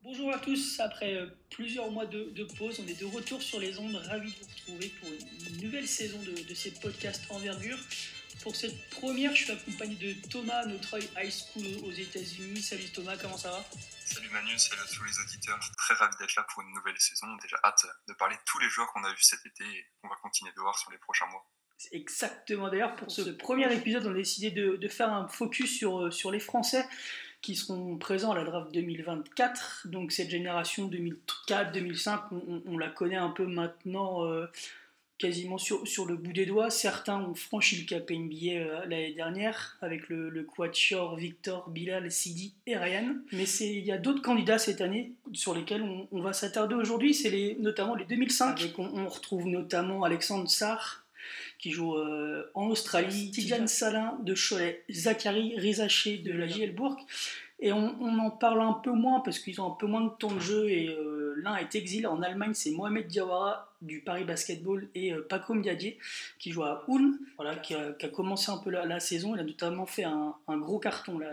Bonjour à tous, après plusieurs mois de pause, on est de retour sur les ondes, ravis de vous retrouver pour une nouvelle saison de ces podcasts envergure. Pour cette première, je suis accompagné de Thomas, notre high school aux États-Unis. Salut Thomas, comment ça va? Salut Manu, salut à tous les auditeurs. Très ravi d'être là pour une nouvelle saison. Déjà hâte de parler de tous les joueurs qu'on a vus cet été et qu'on va continuer de voir sur les prochains mois. Exactement, d'ailleurs pour ce premier épisode, on a décidé de faire un focus sur les Français qui seront présents à la draft 2024. Donc cette génération 2004-2005, on la connaît un peu maintenant, quasiment sur le bout des doigts. Certains ont franchi le cap NBA l'année dernière avec le quatuor Victor, Bilal, Sidi et Ryan. Mais il y a d'autres candidats cette année sur lesquels on va s'attarder aujourd'hui. C'est notamment les 2005. On retrouve notamment Alexandre Sarr qui joue en Australie, Tidjane Salin de Cholet, Zachary Rizaché de la JL Bourg. Et on en parle un peu moins parce qu'ils ont un peu moins de temps de jeu et l'un est exilé en Allemagne, c'est Mohamed Diawara du Paris Basketball et Paco Mdiadje qui joue à Ulm, voilà, qui a commencé un peu la saison. Il a notamment fait un gros carton là,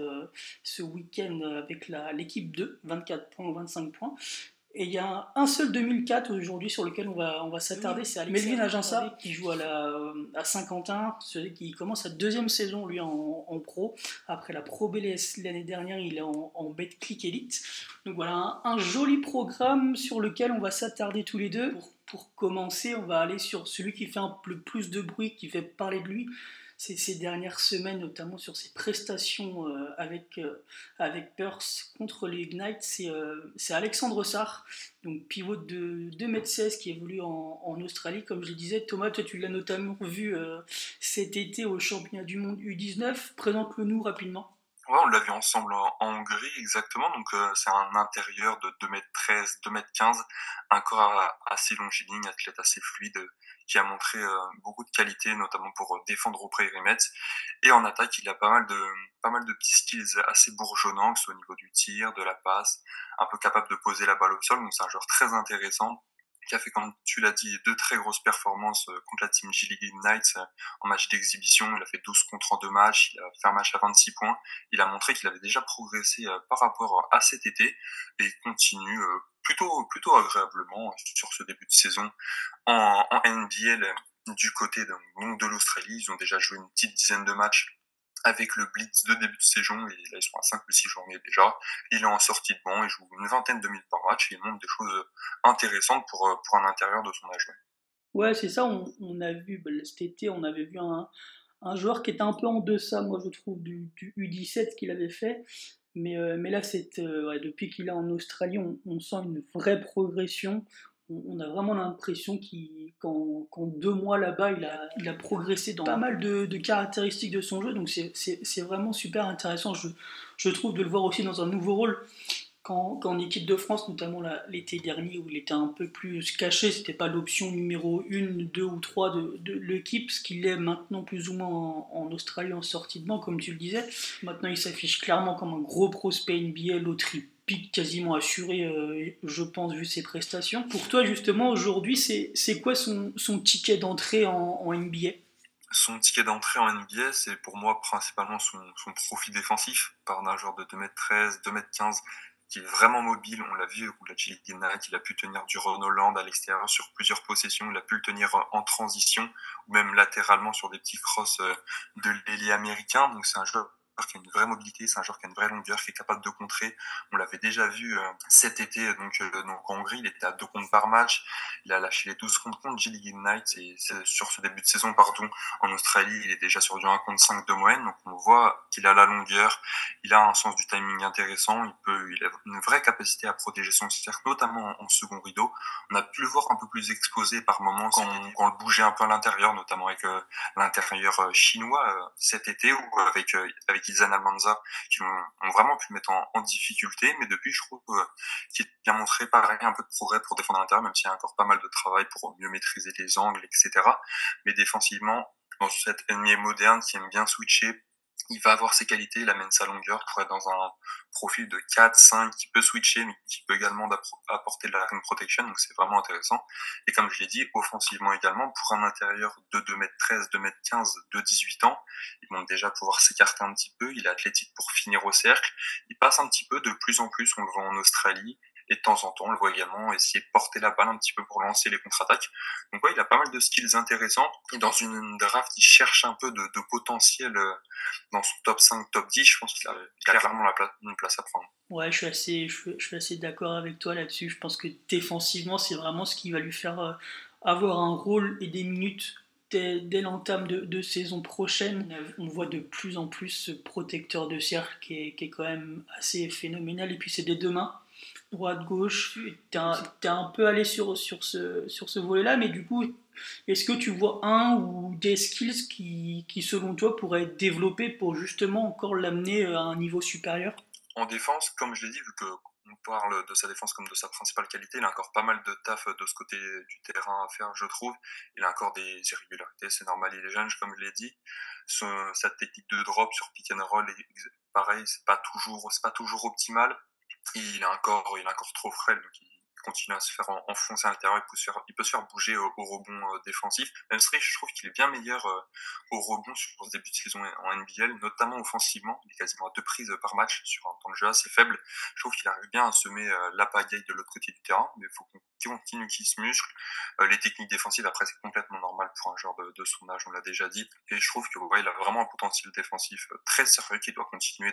ce week-end avec l'équipe 2, 24 points, 25 points. Et il y a un seul 2004 aujourd'hui sur lequel on va s'attarder, c'est Melvin Aginsa qui joue à Saint-Quentin, celui qui commence sa deuxième saison lui en pro. Après la Pro B l'année dernière, il est en Betclic Elite. Donc voilà, un joli programme sur lequel on va s'attarder tous les deux. Pour commencer, on va aller sur celui qui fait le plus de bruit, qui fait parler de lui ces dernières semaines, notamment sur ses prestations avec Perth contre les Ignite, c'est Alexandre Sarr, donc pivot de 2m16 qui évolue en Australie. Comme je le disais, Thomas, toi tu l'as notamment vu cet été au championnat du monde U19. Présente-le nous rapidement. Ouais, on l'a vu ensemble en Hongrie exactement, donc c'est un intérieur de 2m13, 2m15, un corps assez longiligne, athlète assez fluide, qui a montré beaucoup de qualité, notamment pour défendre au périmètre. Et en attaque, il a pas mal de petits skills assez bourgeonnants, que ce soit au niveau du tir, de la passe, un peu capable de poser la balle au sol, donc c'est un joueur très intéressant qui a fait, comme tu l'as dit, deux très grosses performances contre la team G-League Ignite en match d'exhibition. Il a fait 12 contre en deux matchs, il a fait un match à 26 points. Il a montré qu'il avait déjà progressé par rapport à cet été et il continue plutôt agréablement sur ce début de saison en NBL du côté de l'Australie. Ils ont déjà joué une petite dizaine de matchs avec le Blitz de début de saison, et là ils sont à 5 ou 6 journées déjà. Il est en sortie de banc, il joue une vingtaine de minutes par match, et il montre des choses intéressantes pour un intérieur de son âge. Ouais, c'est ça, on a vu cet été, on avait vu un joueur qui était un peu en deçà, moi je trouve, du U17 qu'il avait fait. Mais là, depuis qu'il est en Australie, on sent une vraie progression. On a vraiment l'impression qu'en 2 mois là-bas, il a progressé dans pas mal de caractéristiques de son jeu. Donc c'est vraiment super intéressant, je trouve, de le voir aussi dans un nouveau rôle. Quand en équipe de France, notamment l'été dernier, où il était un peu plus caché, c'était pas l'option numéro 1, 2 ou 3 de l'équipe, ce qu'il est maintenant plus ou moins en Australie en sortie de banc, comme tu le disais. Maintenant, il s'affiche clairement comme un gros prospect NBA, l'autre il pique quasiment assuré, je pense, vu ses prestations. Pour toi, justement, aujourd'hui, c'est quoi son ticket d'entrée en NBA? Son ticket d'entrée en NBA, c'est pour moi principalement son profil défensif, par un joueur de 2m13, 2m15, qui est vraiment mobile. On l'a vu contre la G-League Ignite, il a pu tenir du Ron Holland à l'extérieur sur plusieurs possessions, il a pu le tenir en transition, ou même latéralement sur des petits crosses de l'ailier américain. Donc c'est un joueur qui a une vraie mobilité, c'est un joueur qui a une vraie longueur, qui est capable de contrer. On l'avait déjà vu cet été, donc en Hongrie, il était à 2 comptes par match. Il a lâché les 12 contre G-League Ignite, et sur ce début de saison, en Australie, il est déjà sur du 1 contre 5 de moyenne. Donc on voit qu'il a la longueur, il a un sens du timing intéressant, il a une vraie capacité à protéger son cercle, notamment en second rideau. On a pu le voir un peu plus exposé par moments quand on le bougeait un peu à l'intérieur, notamment avec l'intérieur chinois cet été, ou avec Izan Almanza, qui ont vraiment pu le mettre en difficulté. Mais depuis, je trouve qu'il a montré pareil un peu de progrès pour défendre à l'intérieur, même s'il y a encore pas mal de travail pour mieux maîtriser les angles, etc. Mais défensivement, dans cette NBA moderne qui aime bien switcher, il va avoir ses qualités, il amène sa longueur pour être dans un profil de 4, 5 qui peut switcher, mais qui peut également apporter de la rim protection, donc c'est vraiment intéressant. Et comme je l'ai dit, offensivement également, pour un intérieur de 2m13, 2m15, de 18 ans, il va déjà pouvoir s'écarter un petit peu, il est athlétique pour finir au cercle, il passe un petit peu de plus en plus, on le voit en Australie, et de temps en temps, on le voit également essayer de porter la balle un petit peu pour lancer les contre-attaques. Donc ouais, il a pas mal de skills intéressants, et dans une draft, il cherche un peu de potentiel dans son top 5, top 10, je pense qu'il a clairement une place à prendre. Ouais, je suis assez d'accord avec toi là-dessus. Je pense que défensivement, c'est vraiment ce qui va lui faire avoir un rôle et des minutes dès l'entame de saison prochaine. On voit de plus en plus ce protecteur de cercle qui est quand même assez phénoménal. Et puis c'est des deux mains, droite-gauche. T'es un peu allé sur ce volet-là, mais du coup, est-ce que tu vois un ou des skills qui selon toi, pourraient être développés pour justement encore l'amener à un niveau supérieur? En défense, comme je l'ai dit, vu qu'on parle de sa défense comme de sa principale qualité, il a encore pas mal de taf de ce côté du terrain à faire, je trouve. Il a encore des irrégularités, c'est normal, il est jeune, comme je l'ai dit. Sa technique de drop sur pick and roll, pareil, c'est pas toujours optimal. Il est encore trop frêle, donc il continue à se faire enfoncer à l'intérieur, il peut se faire bouger au rebond défensif. Même si je trouve qu'il est bien meilleur au rebond sur ce début de saison en NBL, notamment offensivement. Il est quasiment à 2 prises par match sur un temps de jeu assez faible. Je trouve qu'il arrive bien à semer la pagaille de l'autre côté du terrain, mais il faut qu'il continue qu'il se muscle. Les techniques défensives, après, c'est complètement normal pour un joueur de son âge, on l'a déjà dit. Et je trouve qu'il a vraiment un potentiel défensif très sérieux qu'il doit continuer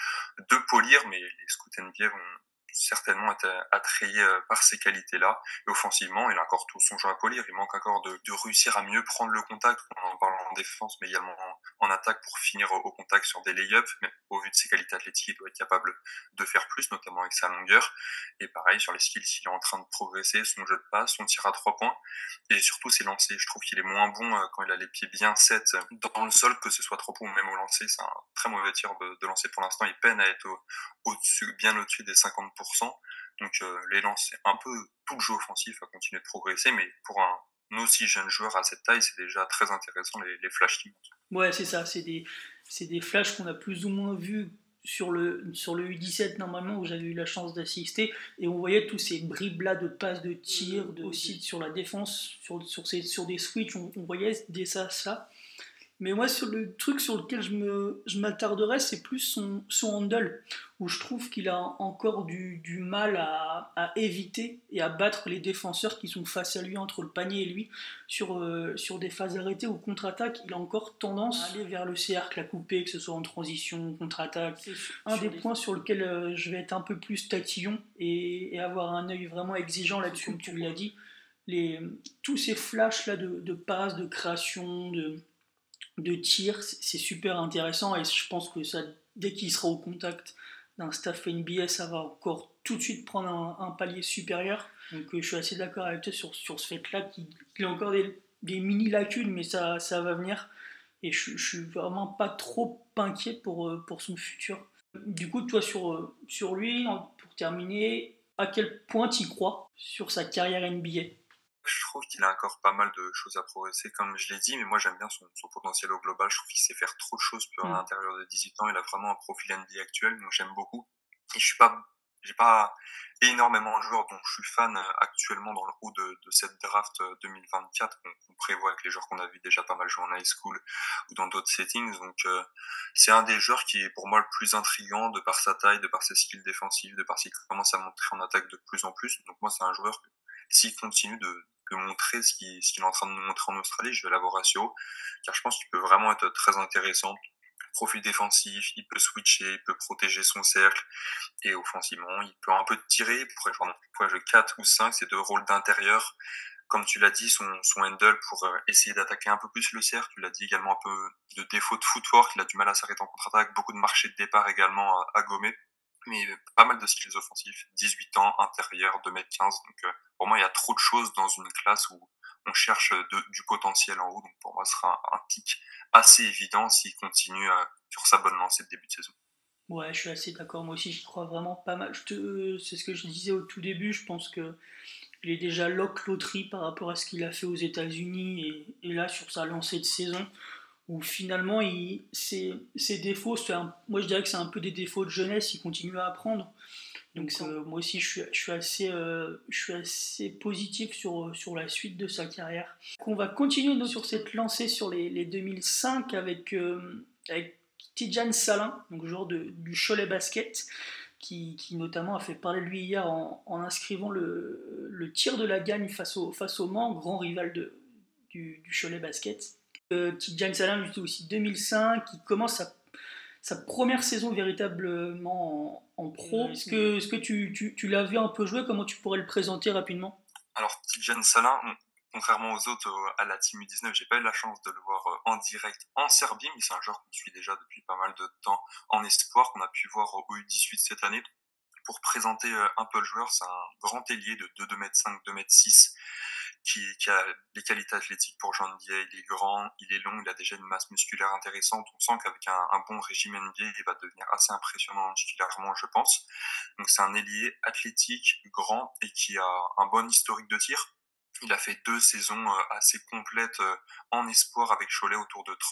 de polir, mais les scouts NBA vont certainement être attrayés par ces qualités-là. Et offensivement, il a encore tout son jeu à polir. Il manque encore de réussir à mieux prendre le contact, en parlant en défense, mais également en attaque pour finir au contact sur des lay-ups. Mais au vu de ses qualités athlétiques, il doit être capable de faire plus, notamment avec sa longueur. Et pareil, sur les skills, il est en train de progresser, son jeu de passe, son tir à 3 points. Et surtout, ses lancers. Je trouve qu'il est moins bon quand il a les pieds bien sets dans le sol, que ce soit 3 points ou même au lancer. C'est un très mauvais tir de lancer pour l'instant. Il peine à être bien au-dessus des 50%. Donc les lancers, un peu tout le jeu offensif à continuer de progresser, mais pour un aussi jeune joueur à cette taille, c'est déjà très intéressant les flashs qui montent. Ouais, c'est ça, c'est des flashs qu'on a plus ou moins vus sur le U17 normalement, où j'avais eu la chance d'assister, et on voyait tous ces bribes-là de passes de tir, aussi sur la défense, sur des switches, on voyait ça. Mais moi, sur le truc sur lequel je m'attarderais, c'est plus son handle, où je trouve qu'il a encore du mal à éviter et à battre les défenseurs qui sont face à lui, entre le panier et lui, sur des phases arrêtées ou contre-attaque. Il a encore tendance à aller vers le cercle, à couper, que ce soit en transition, contre-attaque. C'est un des points sur lequel je vais être un peu plus tatillon et avoir un œil vraiment exigeant là-dessus, comme tu l'as dit. Tous ces flashs-là de passes, de création, de tir, c'est super intéressant, et je pense que ça, dès qu'il sera au contact d'un staff NBA, ça va encore tout de suite prendre un palier supérieur. Donc je suis assez d'accord avec toi sur ce fait-là, qu'il a encore des mini lacunes, mais ça va venir, et je suis vraiment pas trop inquiet pour son futur. Du coup, toi, sur lui, pour terminer, à quel point tu crois sur sa carrière NBA? Je trouve qu'il a encore pas mal de choses à progresser, comme je l'ai dit, mais moi j'aime bien son potentiel au global. Je trouve qu'il sait faire trop de choses à l'intérieur de 18 ans. Il a vraiment un profil NBA actuel, donc j'aime beaucoup. Et j'ai pas énormément de joueurs dont je suis fan actuellement dans le haut de cette draft 2024 qu'on prévoit avec les joueurs qu'on a vu déjà pas mal jouer en high school ou dans d'autres settings. Donc c'est un des joueurs qui est pour moi le plus intriguant de par sa taille, de par ses skills défensifs, de par ce qu'il commence à montrer en attaque de plus en plus. Donc moi c'est un joueur que s'il continue de montrer ce qu'il est en train de nous montrer en Australie, je vais l'avoir assez haut, car je pense qu'il peut vraiment être très intéressant. Profil défensif, il peut switcher, il peut protéger son cercle, et offensivement, il peut un peu tirer, il pourrait jouer 4 ou 5, c'est 2 rôles d'intérieur. Comme tu l'as dit, son handle pour essayer d'attaquer un peu plus le cercle, tu l'as dit également un peu de défaut de footwork, il a du mal à s'arrêter en contre-attaque, beaucoup de marchés de départ également à gommer, mais pas mal de skills offensifs, 18 ans, intérieur, 2m15, donc pour moi il y a trop de choses dans une classe où on cherche du potentiel en haut, donc pour moi ce sera un tic assez évident s'il continue sur sa bonne lancée de début de saison. Ouais, je suis assez d'accord. Moi aussi, j'y crois vraiment pas mal. C'est ce que je disais au tout début. Je pense que il est déjà lock loterie par rapport à ce qu'il a fait aux États-Unis, et là sur sa lancée de saison. où finalement, ses défauts, moi je dirais que c'est un peu des défauts de jeunesse, il continue à apprendre. Donc moi aussi, je suis assez positif sur la suite de sa carrière. On va continuer sur cette lancée sur les 2005 avec Tidjane Salin, donc joueur du Cholet Basket, qui notamment a fait parler de lui hier en inscrivant le tir de la gagne face au Mans, grand rival du Cholet Basket. Tidjane Salin, aussi 2005, qui commence sa première saison véritablement en pro. Est-ce que tu l'as vu un peu jouer? Comment tu pourrais le présenter rapidement? Alors, Tidjane Salin, contrairement aux autres à la Team U19, j'ai pas eu la chance de le voir en direct en Serbie, mais c'est un joueur qu'on suit déjà depuis pas mal de temps en espoir, qu'on a pu voir au U18 cette année. Pour présenter un peu le joueur, c'est un grand ailier de 2,5 m, 2,6 m, qui a les qualités athlétiques pour jouer en NBA. Il est grand, il est long, il a déjà une masse musculaire intéressante. On sent qu'avec un bon régime NBA, il va devenir assez impressionnant musculairement, je pense. Donc c'est un ailier athlétique, grand et qui a un bon historique de tir. Il a fait 2 saisons assez complètes en espoir avec Cholet, autour de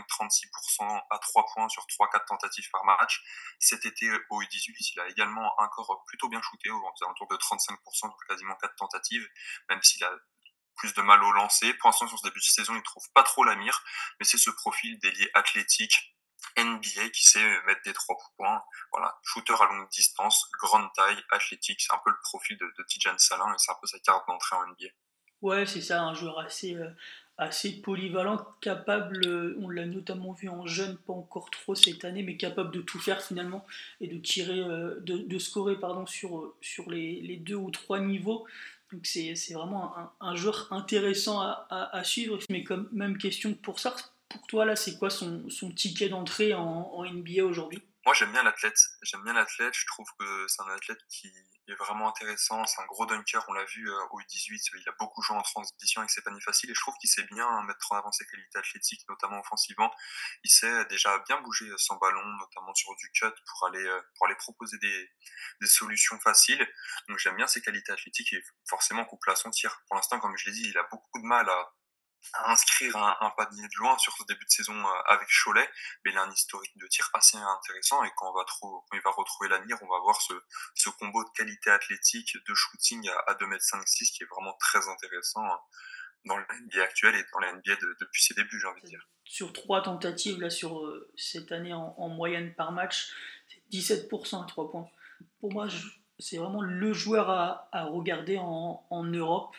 35-36% à 3 points sur 3-4 tentatives par match. Cet été au U18, il a également encore plutôt bien shooté, autour de 35% sur quasiment 4 tentatives, même s'il a plus de mal au lancer. Pour l'instant, sur ce début de saison, il ne trouve pas trop la mire, mais c'est ce profil d'ailier athlétique NBA qui sait mettre des 3 points. Voilà, shooter à longue distance, grande taille, athlétique. C'est un peu le profil de Tidjane Salin et c'est un peu sa carte d'entrée en NBA. Ouais, c'est ça, un joueur assez polyvalent, capable, on l'a notamment vu en jeune, pas encore trop cette année, mais capable de tout faire finalement et de tirer, de scorer pardon, sur les deux ou trois niveaux. Donc c'est vraiment un joueur intéressant à suivre. Mais comme même question pour ça, pour toi là, c'est quoi son ticket d'entrée en NBA aujourd'hui? Moi, j'aime bien l'athlète. J'aime bien l'athlète. Je trouve que c'est un athlète qui est vraiment intéressant. C'est un gros dunker. On l'a vu au U18. Il a beaucoup joué en transition avec ses paniers faciles. Et je trouve qu'il sait bien mettre en avant ses qualités athlétiques, notamment offensivement. Il sait déjà bien bouger sans ballon, notamment sur du cut, pour aller proposer des solutions faciles. Donc, j'aime bien ses qualités athlétiques et forcément couple à son tir. Pour l'instant, comme je l'ai dit, il a beaucoup de mal à inscrire un panier de loin sur ce début de saison avec Cholet, mais il a un historique de tir assez intéressant et quand il va retrouver la mire, on va voir ce combo de qualité athlétique, de shooting à 2,5 m 6 qui est vraiment très intéressant dans la NBA actuelle et dans la NBA depuis ses débuts, j'ai envie de dire. Sur trois tentatives là, sur cette année en moyenne par match, c'est 17% à 3 points. Pour moi, c'est vraiment le joueur à regarder en Europe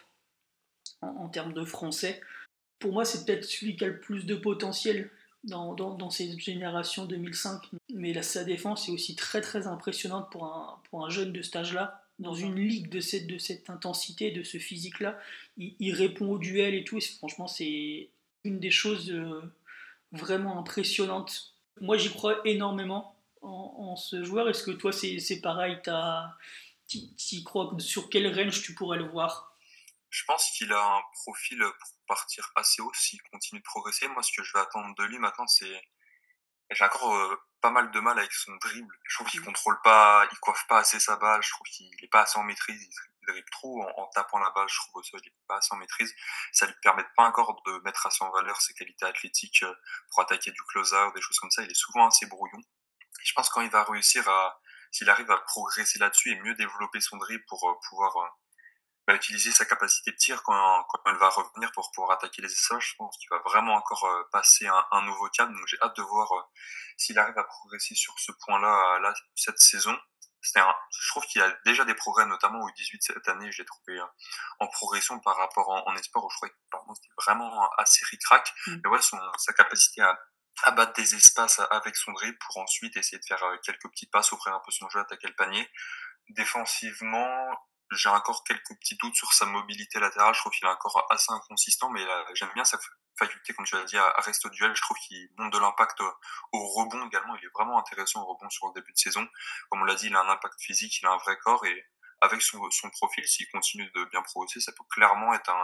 en termes de français. Pour moi, c'est peut-être celui qui a le plus de potentiel dans cette génération 2005. Mais là, sa défense est aussi très très impressionnante pour un jeune de cet âge-là. Dans une ligue de cette intensité, de ce physique-là, il répond au duel et tout. Et franchement, c'est une des choses vraiment impressionnantes. Moi, j'y crois énormément en ce joueur. Est-ce que toi, c'est pareil? T'y crois? Sur quel range tu pourrais le voir? Je pense qu'il a un profil pour partir assez haut s'il continue de progresser. Moi, ce que je vais attendre de lui maintenant, c'est j'ai encore pas mal de mal avec son dribble. Je trouve qu'il contrôle pas, il coiffe pas assez sa balle. Je trouve qu'il est pas assez en maîtrise. Il dribble trop en tapant la balle. Je trouve au sol, il est pas assez en maîtrise. Ça lui permet pas encore de mettre assez en valeur ses qualités athlétiques pour attaquer du close-out, des choses comme ça. Il est souvent assez brouillon. Et je pense quand il va réussir s'il arrive à progresser là-dessus et mieux développer son dribble pour pouvoir utiliser sa capacité de tir quand elle va revenir pour pouvoir attaquer les essais. Je pense qu'il va vraiment encore passer un nouveau cap. Donc j'ai hâte de voir s'il arrive à progresser sur ce point-là cette saison. Je trouve qu'il y a déjà des progrès, notamment au 18 cette année. Je l'ai trouvé en progression par rapport en espoir où je trouvais que pardon, c'était vraiment assez ric-rac. Mais ouais, sa capacité à battre des espaces avec son dribble pour ensuite essayer de faire quelques petites passes, ouvrir un peu son jeu, attaquer le panier. Défensivement, j'ai encore quelques petits doutes sur sa mobilité latérale. Je trouve qu'il est encore assez inconsistant, mais j'aime bien sa faculté, comme tu l'as dit, à rester au duel. Je trouve qu'il monte de l'impact au rebond également. Il est vraiment intéressant au rebond sur le début de saison. Comme on l'a dit, il a un impact physique, il a un vrai corps et avec son profil, s'il continue de bien progresser, ça peut clairement être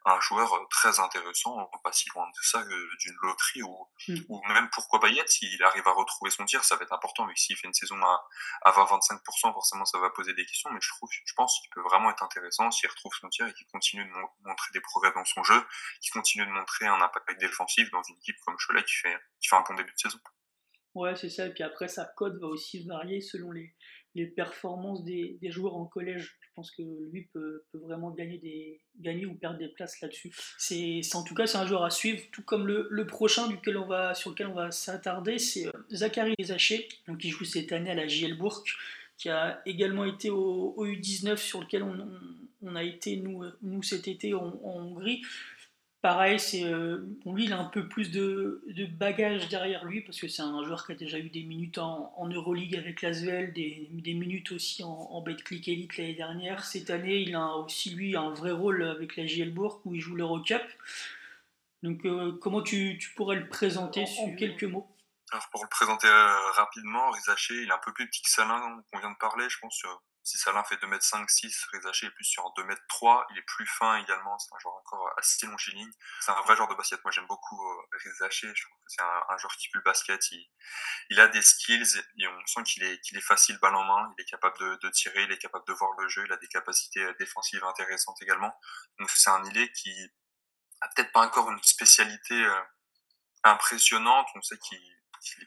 un joueur très intéressant, pas si loin de ça d'une loterie ou même pourquoi Payet, s'il arrive à retrouver son tir, ça va être important, mais s'il fait une saison à 20-25%, forcément ça va poser des questions, mais je pense qu'il peut vraiment être intéressant s'il retrouve son tir et qu'il continue de montrer des progrès dans son jeu, qu'il continue de montrer un impact défensif dans une équipe comme Cholet qui fait un bon début de saison. Ouais, c'est ça. Et puis après, sa cote va aussi varier selon les performances des joueurs en collège. Je pense que lui peut vraiment gagner ou perdre des places là-dessus. En tout cas, c'est un joueur à suivre, tout comme le prochain sur lequel on va s'attarder, c'est Zachary Zaché, donc qui joue cette année à la JL Bourg, qui a également été au U19 sur lequel on a été, nous cet été en Hongrie. Pareil, lui, il a un peu plus de bagages derrière lui parce que c'est un joueur qui a déjà eu des minutes en Euroleague avec l'Asvel, des minutes aussi en Betclic Elite l'année dernière. Cette année, il a aussi lui un vrai rôle avec la JL Bourg où il joue l'Eurocup. Donc, comment tu pourrais le présenter en quelques mots? Alors pour le présenter rapidement, Rizaché, il est un peu plus petit que Salin qu'on vient de parler, je pense. Si Salin fait 2m5-6, Rizaché est plus sur 2m3. Il est plus fin également, c'est un joueur encore assez longiligne. C'est un vrai joueur de basket. Moi j'aime beaucoup Rizaché, je trouve que c'est un joueur qui pue le basket. Il a des skills et on sent qu'il est facile balle en main. Il est capable de tirer, il est capable de voir le jeu, il a des capacités défensives intéressantes également. Donc c'est un ailier qui a peut-être pas encore une spécialité impressionnante. On sait qu'il n'est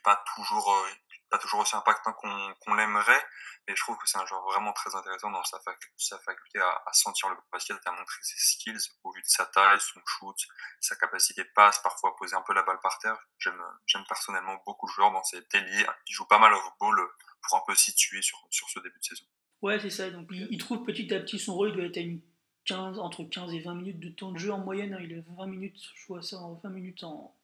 pas toujours aussi impactant qu'on l'aimerait, mais je trouve que c'est un joueur vraiment très intéressant dans sa faculté à sentir le basket, à montrer ses skills au vu de sa taille, son shoot, sa capacité de passe, parfois à poser un peu la balle par terre. J'aime personnellement beaucoup le joueur dans ses délires. Il joue pas mal off-ball pour un peu situer sur ce début de saison. Ouais, c'est ça. Donc, il trouve petit à petit son rôle. Il doit être à entre 15 et 20 minutes de temps de jeu en moyenne. Hein. Il a 20 minutes, je vois ça en 20 minutes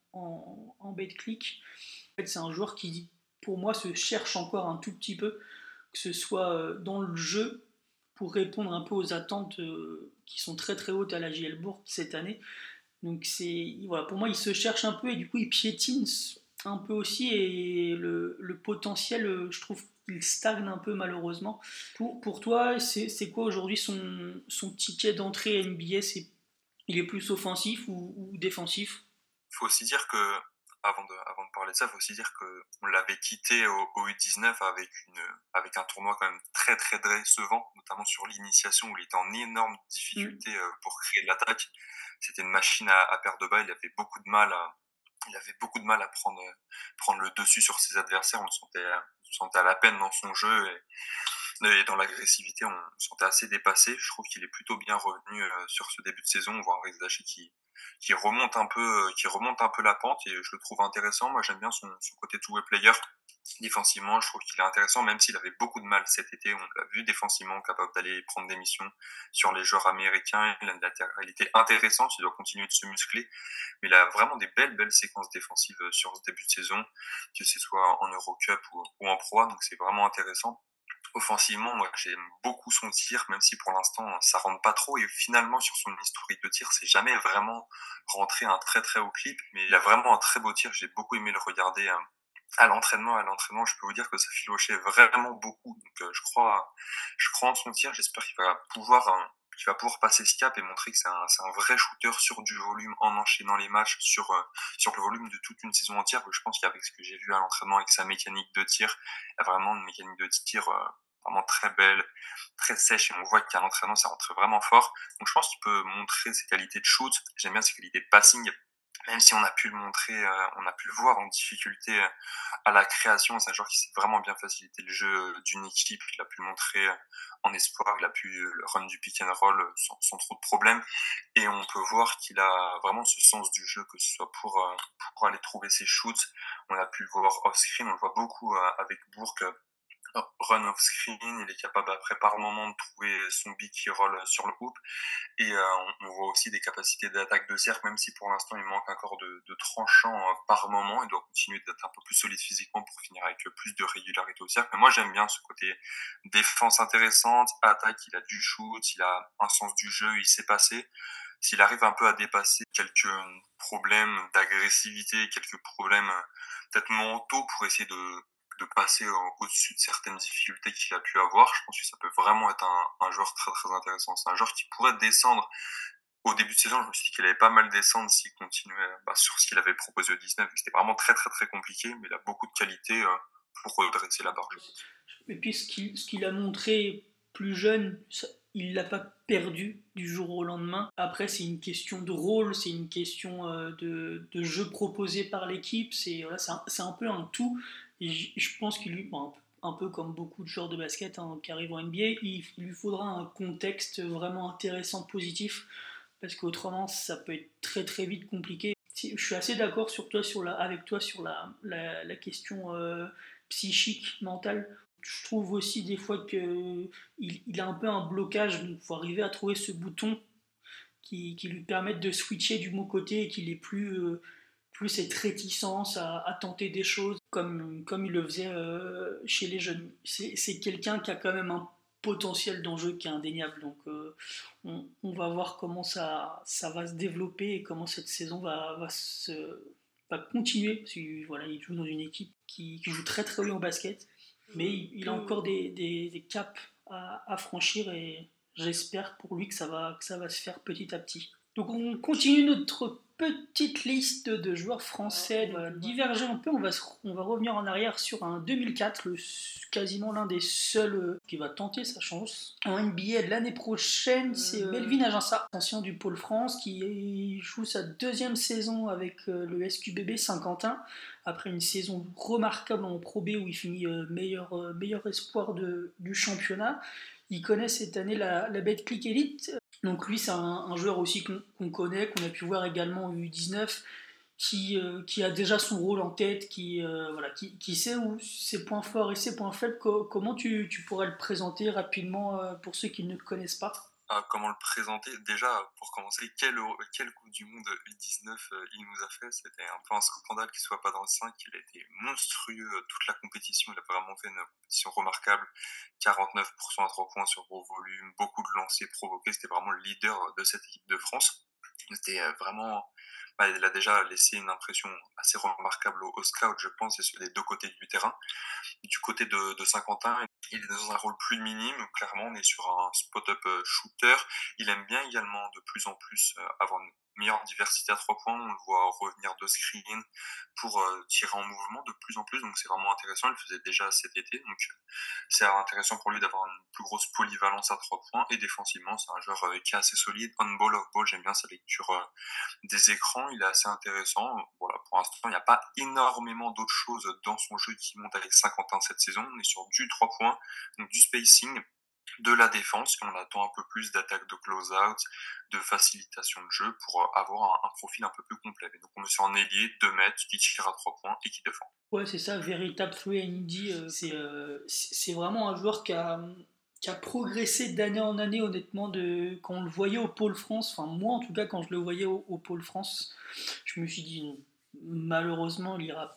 en Betclic. En fait, c'est un joueur qui, pour moi, se cherche encore un tout petit peu, que ce soit dans le jeu, pour répondre un peu aux attentes qui sont très très hautes à la JL Bourg cette année. Donc voilà, pour moi, il se cherche un peu et du coup, il piétine un peu aussi et le potentiel, je trouve qu'il stagne un peu malheureusement. Pour toi, c'est quoi aujourd'hui son ticket d'entrée NBA? Il est plus offensif ou défensif? Il faut aussi dire que, avant de parler de ça, il faut aussi dire qu'on l'avait quitté au U19 avec un tournoi quand même très très décevant, notamment sur l'initiation où il était en énorme difficulté pour créer de l'attaque. C'était une machine à perdre de balles, il avait beaucoup de mal à prendre le dessus sur ses adversaires, on le sentait à la peine dans son jeu et dans l'agressivité, on le sentait assez dépassé. Je trouve qu'il est plutôt bien revenu sur ce début de saison. On voit un Rizachi qui remonte un peu la pente et je le trouve intéressant. Moi, j'aime bien son côté two-way player. Défensivement, je trouve qu'il est intéressant, même s'il avait beaucoup de mal cet été. On l'a vu défensivement, capable d'aller prendre des missions sur les joueurs américains. Il a une latéralité intéressante, il doit continuer de se muscler. Mais il a vraiment des belles séquences défensives sur ce début de saison, que ce soit en Eurocup ou en Pro A. Donc c'est vraiment intéressant. Offensivement, moi j'aime beaucoup son tir, même si pour l'instant ça rentre pas trop. Et finalement, sur son historique de tir, c'est jamais vraiment rentré un très très haut clip. Mais il a vraiment un très beau tir. J'ai beaucoup aimé le regarder à l'entraînement. Je peux vous dire que ça filochait vraiment beaucoup. Donc je crois en son tir. J'espère qu'il va pouvoir passer ce cap et montrer que c'est un vrai shooter sur du volume en enchaînant les matchs sur le volume de toute une saison entière. Je pense qu'avec ce que j'ai vu à l'entraînement, avec sa mécanique de tir, il y a vraiment une mécanique de tir vraiment très belle, très sèche, et on voit qu'à l'entraînement ça rentre vraiment fort. Donc je pense qu'il peut montrer ses qualités de shoot. J'aime bien ses qualités de passing, même si on a pu le montrer, on a pu le voir en difficulté à la création. C'est un joueur qui sait vraiment bien faciliter le jeu d'une équipe. Il a pu le montrer en espoir, il a pu le run du pick and roll sans trop de problèmes. Et on peut voir qu'il a vraiment ce sens du jeu, que ce soit pour aller trouver ses shoots. On a pu le voir off-screen, on le voit beaucoup avec Bourque, run off screen, il est capable après par moment de trouver son beat qui roll sur le hoop et on voit aussi des capacités d'attaque de cercle, même si pour l'instant il manque encore de tranchants par moment. Il doit continuer d'être un peu plus solide physiquement pour finir avec plus de régularité au cercle. Mais moi j'aime bien ce côté défense intéressante, attaque, il a du shoot, il a un sens du jeu, il sait passer. S'il arrive un peu à dépasser quelques problèmes d'agressivité, quelques problèmes peut-être mentaux pour essayer de passer au-dessus de certaines difficultés qu'il a pu avoir, je pense que ça peut vraiment être un joueur très très intéressant. C'est un joueur qui pourrait descendre au début de saison, je me suis dit qu'il allait pas mal descendre s'il continuait sur ce qu'il avait proposé au 19. C'était vraiment très très très compliqué, mais il a beaucoup de qualité pour redresser la barre. Et puis ce qu'il a montré plus jeune, il l'a pas perdu du jour au lendemain. Après, c'est une question de rôle, c'est une question de jeu proposé par l'équipe. C'est un peu un tout. Et je pense qu'il lui, bon, un peu comme beaucoup de joueurs de basket qui arrivent en NBA, il lui faudra un contexte vraiment intéressant, positif, parce qu'autrement, ça peut être très très vite compliqué. Je suis assez d'accord avec toi sur la question psychique, mentale. Je trouve aussi des fois qu'il a un peu un blocage, donc il faut arriver à trouver ce bouton qui lui permette de switcher du bon côté et qu'il ait plus cette réticence à tenter des choses comme il le faisait chez les jeunes. C'est quelqu'un qui a quand même un potentiel d'enjeu qui est indéniable, donc on va voir comment ça va se développer et comment cette saison va continuer, parce qu'il voilà, il joue dans une équipe qui joue très très bien au basket, mais il a encore des caps à franchir et j'espère pour lui que ça va se faire petit à petit. Donc on continue notre petite liste de joueurs français. On va diverger un peu, on va revenir en arrière sur un 2004, quasiment l'un des seuls qui va tenter sa chance. En NBA l'année prochaine, c'est Melvin Aginsa, ancien du Pôle France, qui joue sa deuxième saison avec le SQBB Saint-Quentin, après une saison remarquable en Pro B où il finit meilleur espoir du championnat. Il connaît cette année la Betclic Elite. Donc lui, c'est un joueur aussi qu'on connaît, qu'on a pu voir également au U19, qui a déjà son rôle en tête, qui sait où ses points forts et ses points faibles. Comment tu pourrais le présenter rapidement pour ceux qui ne le connaissent pas? Comment le présenter? Déjà, pour commencer, quelle Coupe du Monde U19 il nous a fait? C'était un peu un scandale qu'il soit pas dans le 5. Il a été monstrueux toute la compétition. Il a vraiment fait une compétition remarquable. 49% à 3 points sur gros volume, beaucoup de lancers provoqués. C'était vraiment le leader de cette équipe de France. C'était vraiment... il a déjà laissé une impression assez remarquable au scout, je pense, et sur les deux côtés du terrain. Du côté de Saint-Quentin, il est dans un rôle plus minime. Clairement, on est sur un spot-up shooter. Il aime bien également de plus en plus avoir une meilleure diversité à 3 points. On le voit revenir de screen pour tirer en mouvement de plus en plus. Donc c'est vraiment intéressant. Il le faisait déjà cet été. Donc c'est intéressant pour lui d'avoir une plus grosse polyvalence à 3 points. Et défensivement, c'est un joueur qui est assez solide. On-ball, off-ball, j'aime bien sa lecture des écrans. Il est assez intéressant. Voilà, pour l'instant, il n'y a pas énormément d'autres choses dans son jeu qui monte avec Saint-Quentin cette saison. On est sur du 3 points, donc du spacing, de la défense, et on attend un peu plus d'attaque de close-out, de facilitation de jeu pour avoir un profil un peu plus complet. Et donc on est sur un ailier 2 mètres qui tire à 3 points et qui défend. Ouais, c'est ça, véritable 3&D. C'est vraiment un joueur qui a progressé d'année en année, honnêtement, quand on le voyait au Pôle France, enfin moi en tout cas, quand je le voyais au Pôle France, je me suis dit, malheureusement, il ira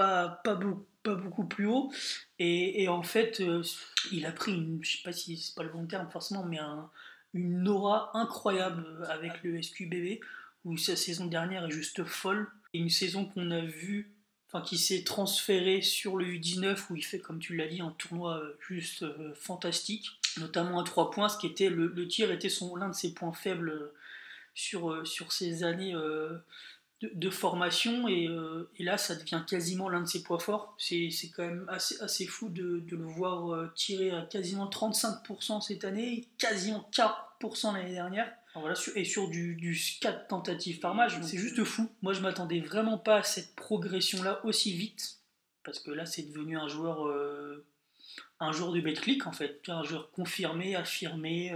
pas beaucoup plus haut. Et en fait, il a pris je sais pas si c'est pas le bon terme forcément, mais une aura incroyable avec le SQBB, où sa saison dernière est juste folle. Et une saison qu'on a vue, enfin qui s'est transféré sur le U19 où il fait, comme tu l'as dit, un tournoi juste fantastique, notamment à 3 points, ce qui était le tir était l'un de ses points faibles sur ces années de formation, et là ça devient quasiment l'un de ses points forts. C'est quand même assez fou de le voir tirer à quasiment 35% cette année, quasiment 40% l'année dernière. Alors voilà, et sur du 4 tentatives par match, c'est juste fou. Moi je m'attendais vraiment pas à cette progression là aussi vite, parce que là c'est devenu un joueur de Betclic en fait, un joueur confirmé, affirmé,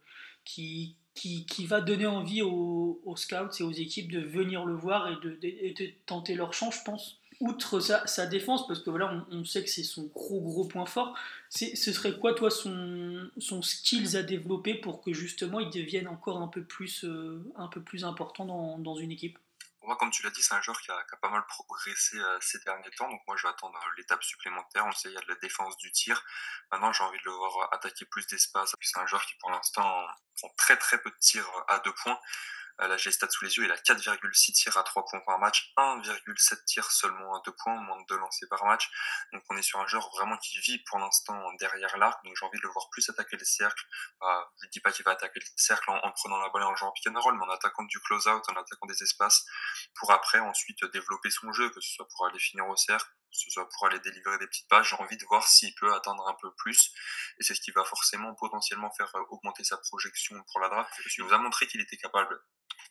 qui va donner envie aux scouts et aux équipes de venir le voir et de tenter leur chance, je pense. Outre sa défense, parce que voilà, on sait que c'est son gros point fort, ce serait quoi, toi, son skills à développer pour que justement il devienne encore un peu plus important dans une équipe? Moi, comme tu l'as dit, c'est un joueur qui a pas mal progressé ces derniers temps. Donc moi, je vais attendre l'étape supplémentaire. On le sait, il y a de la défense du tir. Maintenant, j'ai envie de le voir attaquer plus d'espace. C'est un joueur qui, pour l'instant, prend très très peu de tirs à 2 points. Là, j'ai les stats sous les yeux, il a 4,6 tirs à 3 points par match, 1,7 tirs seulement à 2 points, moins de 2 lancés par match. Donc on est sur un joueur vraiment qui vit pour l'instant derrière l'arc, donc j'ai envie de le voir plus attaquer les cercles. Je ne dis pas qu'il va attaquer le cercle en prenant la balle et en jouant en pick and roll, mais en attaquant du close-out, en attaquant des espaces, pour après ensuite développer son jeu, que ce soit pour aller finir au cercle, que ce soit pour aller délivrer des petites passes. J'ai envie de voir s'il peut atteindre un peu plus, et c'est ce qui va forcément potentiellement faire augmenter sa projection pour la draft. Il nous a montré qu'il était capable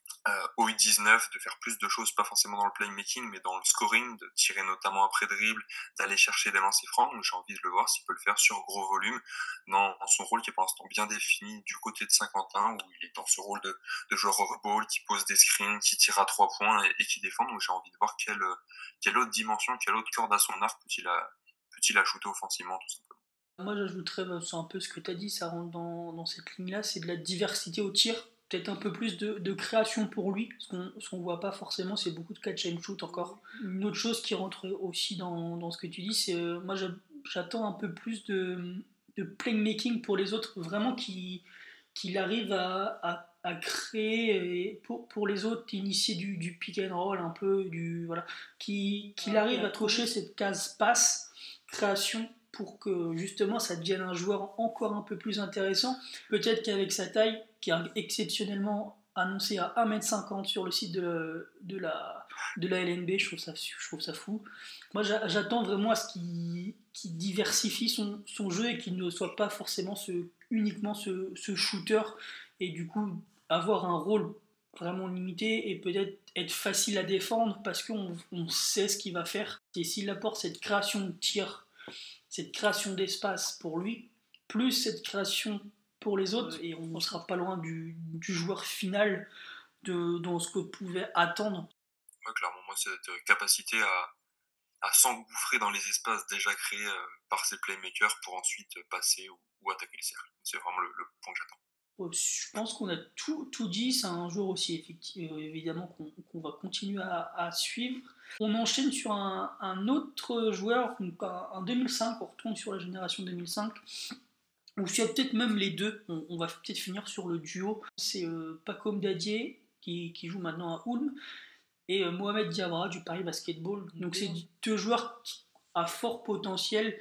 au U19 de faire plus de choses, pas forcément dans le playmaking, mais dans le scoring, de tirer notamment après dribble, d'aller chercher des lancers francs. Donc j'ai envie de le voir s'il peut le faire sur gros volume, dans son rôle qui est pour l'instant bien défini du côté de Saint-Quentin, où il est dans ce rôle de joueur hors-ball, qui pose des screens, qui tire à 3 points et qui défend. Donc j'ai envie de voir quelle autre dimension, quelle autre corde à son arc peut-il ajouter offensivement, tout simplement. Moi, j'ajouterais, c'est un peu ce que tu as dit, ça rentre dans cette ligne-là, c'est de la diversité au tir, peut-être un peu plus de création pour lui, ce qu'on voit pas forcément, c'est beaucoup de catch and shoot encore. Une autre chose qui rentre aussi dans ce que tu dis, c'est moi j'attends un peu plus de playmaking pour les autres, vraiment qu'il arrive à créer pour les autres, initier du pick and roll un peu, voilà, qu'il arrive à cocher cette case passe, création, pour que justement ça devienne un joueur encore un peu plus intéressant. Peut-être qu'avec sa taille, qui est exceptionnellement annoncée à 1m50 sur le site de la LNB, je trouve ça fou. Moi j'attends vraiment à ce qu'il diversifie son jeu et qu'il ne soit pas forcément uniquement ce shooter, et du coup avoir un rôle vraiment limité et peut-être être facile à défendre parce qu'on sait ce qu'il va faire. Et s'il apporte cette création de tir, cette création d'espace pour lui, plus cette création pour les autres, et on ne sera pas loin du joueur final dans ce que pouvait attendre. Ouais, clairement, moi, cette capacité à s'engouffrer dans les espaces déjà créés par ses playmakers pour ensuite passer ou attaquer le cercle. C'est vraiment le point que j'attends. Je pense qu'on a tout dit. C'est un joueur aussi évidemment qu'on va continuer à suivre. On enchaîne sur un autre joueur, un 2005, on retourne sur la génération 2005, ou sur peut-être même les deux. On va peut-être finir sur le duo. C'est Pacom Dadier qui joue maintenant à Ulm, et Mohamed Diawara du Paris Basketball. Donc c'est deux joueurs à fort potentiel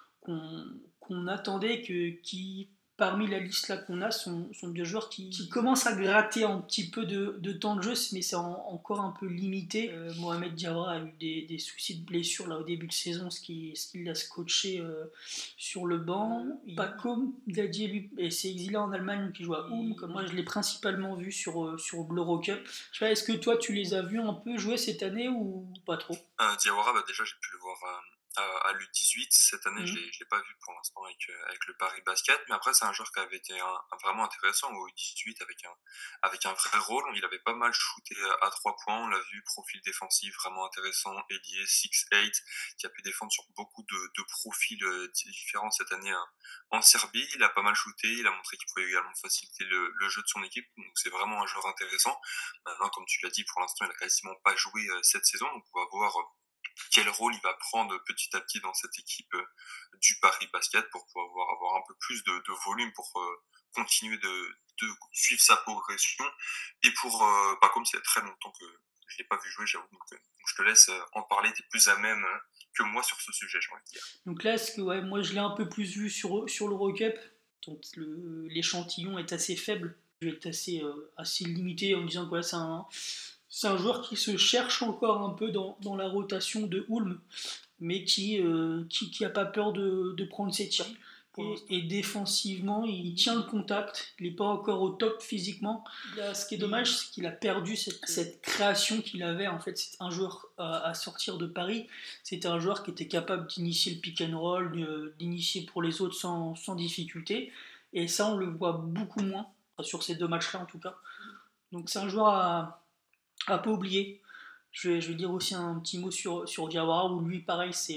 qu'on attendait, qui parmi la liste là qu'on a sont deux joueurs qui commencent à gratter un petit peu de temps de jeu, mais c'est encore un peu limité. Mohamed Diawara a eu des soucis de blessure là au début de saison, ce qui laisse coacher sur le banc. Pacom Dadier, lui, c'est exilé en Allemagne, qui joue à Ulm. Comme moi je l'ai principalement vu sur l'Eurocup. Je sais pas, est-ce que toi tu les as vus un peu jouer cette année ou pas trop? Diawara, déjà j'ai pu le voir à l'U18 cette année. Je l'ai pas vu pour l'instant avec le Paris Basket, mais après c'est un joueur qui avait été vraiment intéressant au U18 avec un vrai rôle. Il avait pas mal shooté à 3 points, on l'a vu, profil défensif vraiment intéressant, ailier 6'8", qui a pu défendre sur beaucoup de profils différents cette année en Serbie. Il a pas mal shooté, il a montré qu'il pouvait également faciliter le jeu de son équipe, donc c'est vraiment un joueur intéressant. Maintenant, comme tu l'as dit, pour l'instant il a quasiment pas joué cette saison, donc on va voir quel rôle il va prendre petit à petit dans cette équipe du Paris Basket pour pouvoir avoir un peu plus de volume pour continuer de suivre sa progression. Et pour Pacom, c'est très longtemps que je l'ai pas vu jouer, j'avoue, donc je te laisse en parler, t'es plus à même que moi sur ce sujet, j'ai envie de dire. Donc là, moi je l'ai un peu plus vu sur l'Eurocup, donc l'échantillon est assez faible, je vais être assez limité en me disant que voilà, c'est un joueur qui se cherche encore un peu dans la rotation de Ulm, mais qui a pas peur de prendre ses tirs. Et défensivement, il tient le contact, il n'est pas encore au top physiquement. Là, ce qui est dommage, c'est qu'il a perdu cette création qu'il avait. En fait, c'est un joueur à sortir de Paris. C'était un joueur qui était capable d'initier le pick and roll, d'initier pour les autres sans difficulté. Et ça, on le voit beaucoup moins, sur ces deux matchs-là en tout cas. Donc c'est un joueur à pas oublier. Je vais dire aussi un petit mot sur Diawara, où lui, pareil, c'est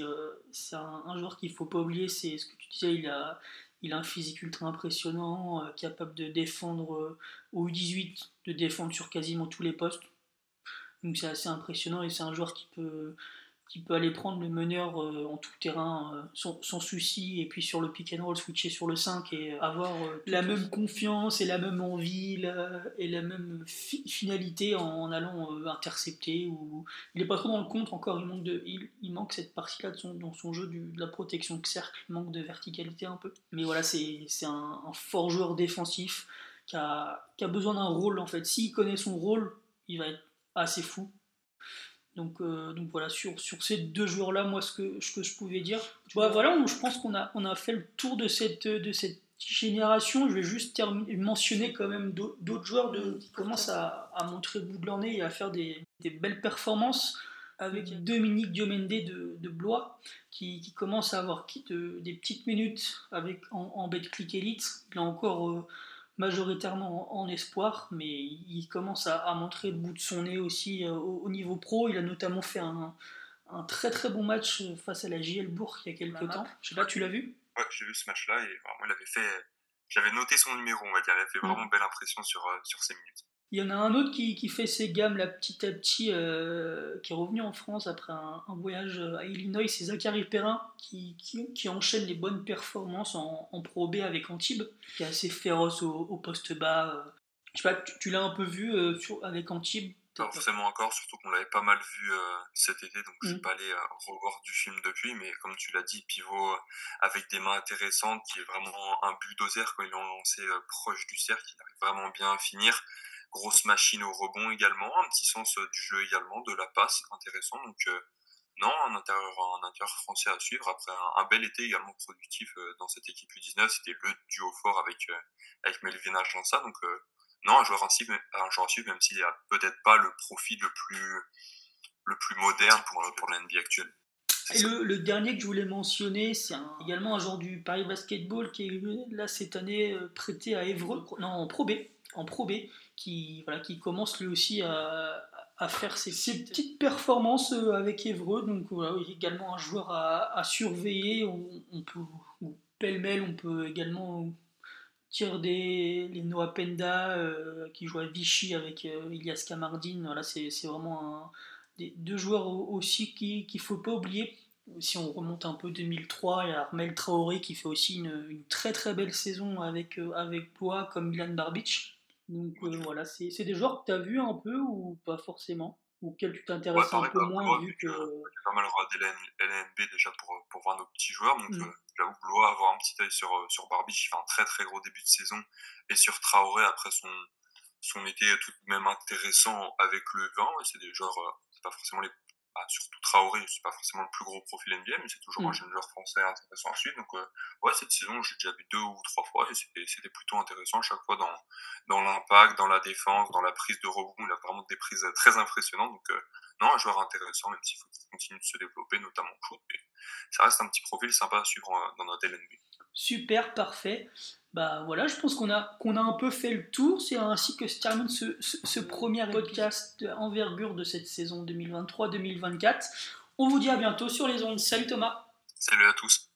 un joueur qu'il ne faut pas oublier. C'est ce que tu disais, il a un physique ultra impressionnant, capable de défendre au U18, de défendre sur quasiment tous les postes. Donc c'est assez impressionnant, et c'est un joueur qui peut aller prendre le meneur en tout terrain sans souci, et puis sur le pick and roll switcher sur le 5 et avoir la même confiance et la même envie et la même finalité en allant intercepter. Il n'est pas trop dans le contre encore, il manque cette partie-là dans son jeu de la protection de cercle, il manque de verticalité un peu. Mais voilà, c'est un fort joueur défensif qui a besoin d'un rôle en fait. S'il connaît son rôle, il va être assez fou. Donc voilà, sur ces deux joueurs-là, moi, ce que je pouvais dire. Voilà, je pense qu'on a fait le tour de cette génération. Je vais juste mentionner quand même d'autres joueurs qui commencent à montrer le bout de leur nez et à faire des belles performances, avec Dominique Diomende de Blois, qui commence à avoir des petites minutes en Betclic Elite. Là encore, majoritairement en espoir, mais il commence à montrer le bout de son nez aussi au niveau pro. Il a notamment fait un très très bon match face à la JL Bourg il y a quelques temps. Je sais pas, tu l'as vu ? Ouais, j'ai vu ce match-là et vraiment il avait fait. J'avais noté son numéro, on va dire. Il a fait vraiment belle impression sur ses minutes. Il y en a un autre qui fait ses gammes là petit à petit, qui est revenu en France après un voyage à Illinois, c'est Zachary Perrin qui enchaîne les bonnes performances en Pro B avec Antibes, qui est assez féroce au poste bas. Je sais pas, tu l'as un peu vu avec Antibes ? Pas forcément encore, surtout qu'on l'avait pas mal vu cet été, donc je suis pas allé revoir du film depuis, mais comme tu l'as dit, pivot avec des mains intéressantes, qui est vraiment un bulldozer quand ils l'ont lancé proche du cercle, il arrive vraiment bien à finir. Grosse machine au rebond également, un petit sens du jeu également, de la passe intéressant, donc non, un intérieur français à suivre. Après un bel été également productif dans cette équipe U19, c'était le duo fort avec Melvin Agença, donc non, un joueur à suivre, même s'il n'y a peut-être pas le profil le plus moderne pour la NBA actuelle. Et le dernier que je voulais mentionner, c'est également un joueur du Paris Basketball qui est là cette année prêté à Évreux, en Pro B, qui commence lui aussi à faire ses petites performances avec Évreux. Donc voilà, également un joueur à surveiller. On peut, pêle-mêle, on peut également tire les Noah Penda qui joue à Vichy avec Ilias Kamardine. Voilà, c'est vraiment deux joueurs aussi qu'il ne faut pas oublier. Si on remonte un peu 2003, il y a Armel Traoré qui fait aussi une très très belle saison avec Blois, comme Milan Barbic. Donc voilà, c'est des joueurs que tu as vus un peu ou pas forcément, ou auxquels tu t'intéresses un peu moins, vu que... J'ai pas mal regardé la LNB déjà pour voir nos petits joueurs, donc j'avoue que Blois, avoir un petit œil sur Barbic, il fait un très très gros début de saison, et sur Traoré après son été tout de même intéressant avec le 20, et c'est des joueurs, c'est pas forcément surtout Traoré, c'est pas forcément le plus gros profil NBA, mais c'est toujours un jeune joueur français intéressant à suivre. Donc ouais, cette saison, j'ai déjà vu 2 ou 3 fois, et c'était plutôt intéressant à chaque fois dans l'impact, dans la défense, dans la prise de rebond. Il a vraiment des prises très impressionnantes. Donc non, un joueur intéressant, même s'il faut qu'il continue de se développer, notamment au shoot. Mais ça reste un petit profil sympa à suivre dans notre LNB. Super, parfait. Bah voilà, je pense qu'on a un peu fait le tour. C'est ainsi que se termine ce premier podcast d'envergure de cette saison 2023-2024. On vous dit à bientôt sur les ondes. Salut Thomas. Salut à tous.